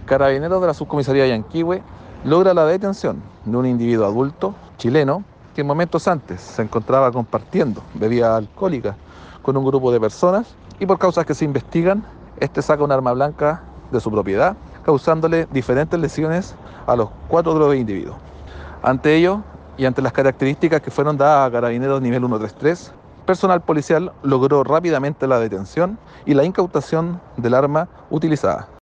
Carabineros de la subcomisaría de Yanquihue logra la detención de un individuo adulto chileno que momentos antes se encontraba compartiendo bebida alcohólica con un grupo de personas y por causas que se investigan, este saca un arma blanca de su propiedad, causándole diferentes lesiones a los 4 otros individuos. Ante ello, y ante las características que fueron dadas a Carabineros nivel 133, personal policial logró rápidamente la detención y la incautación del arma utilizada.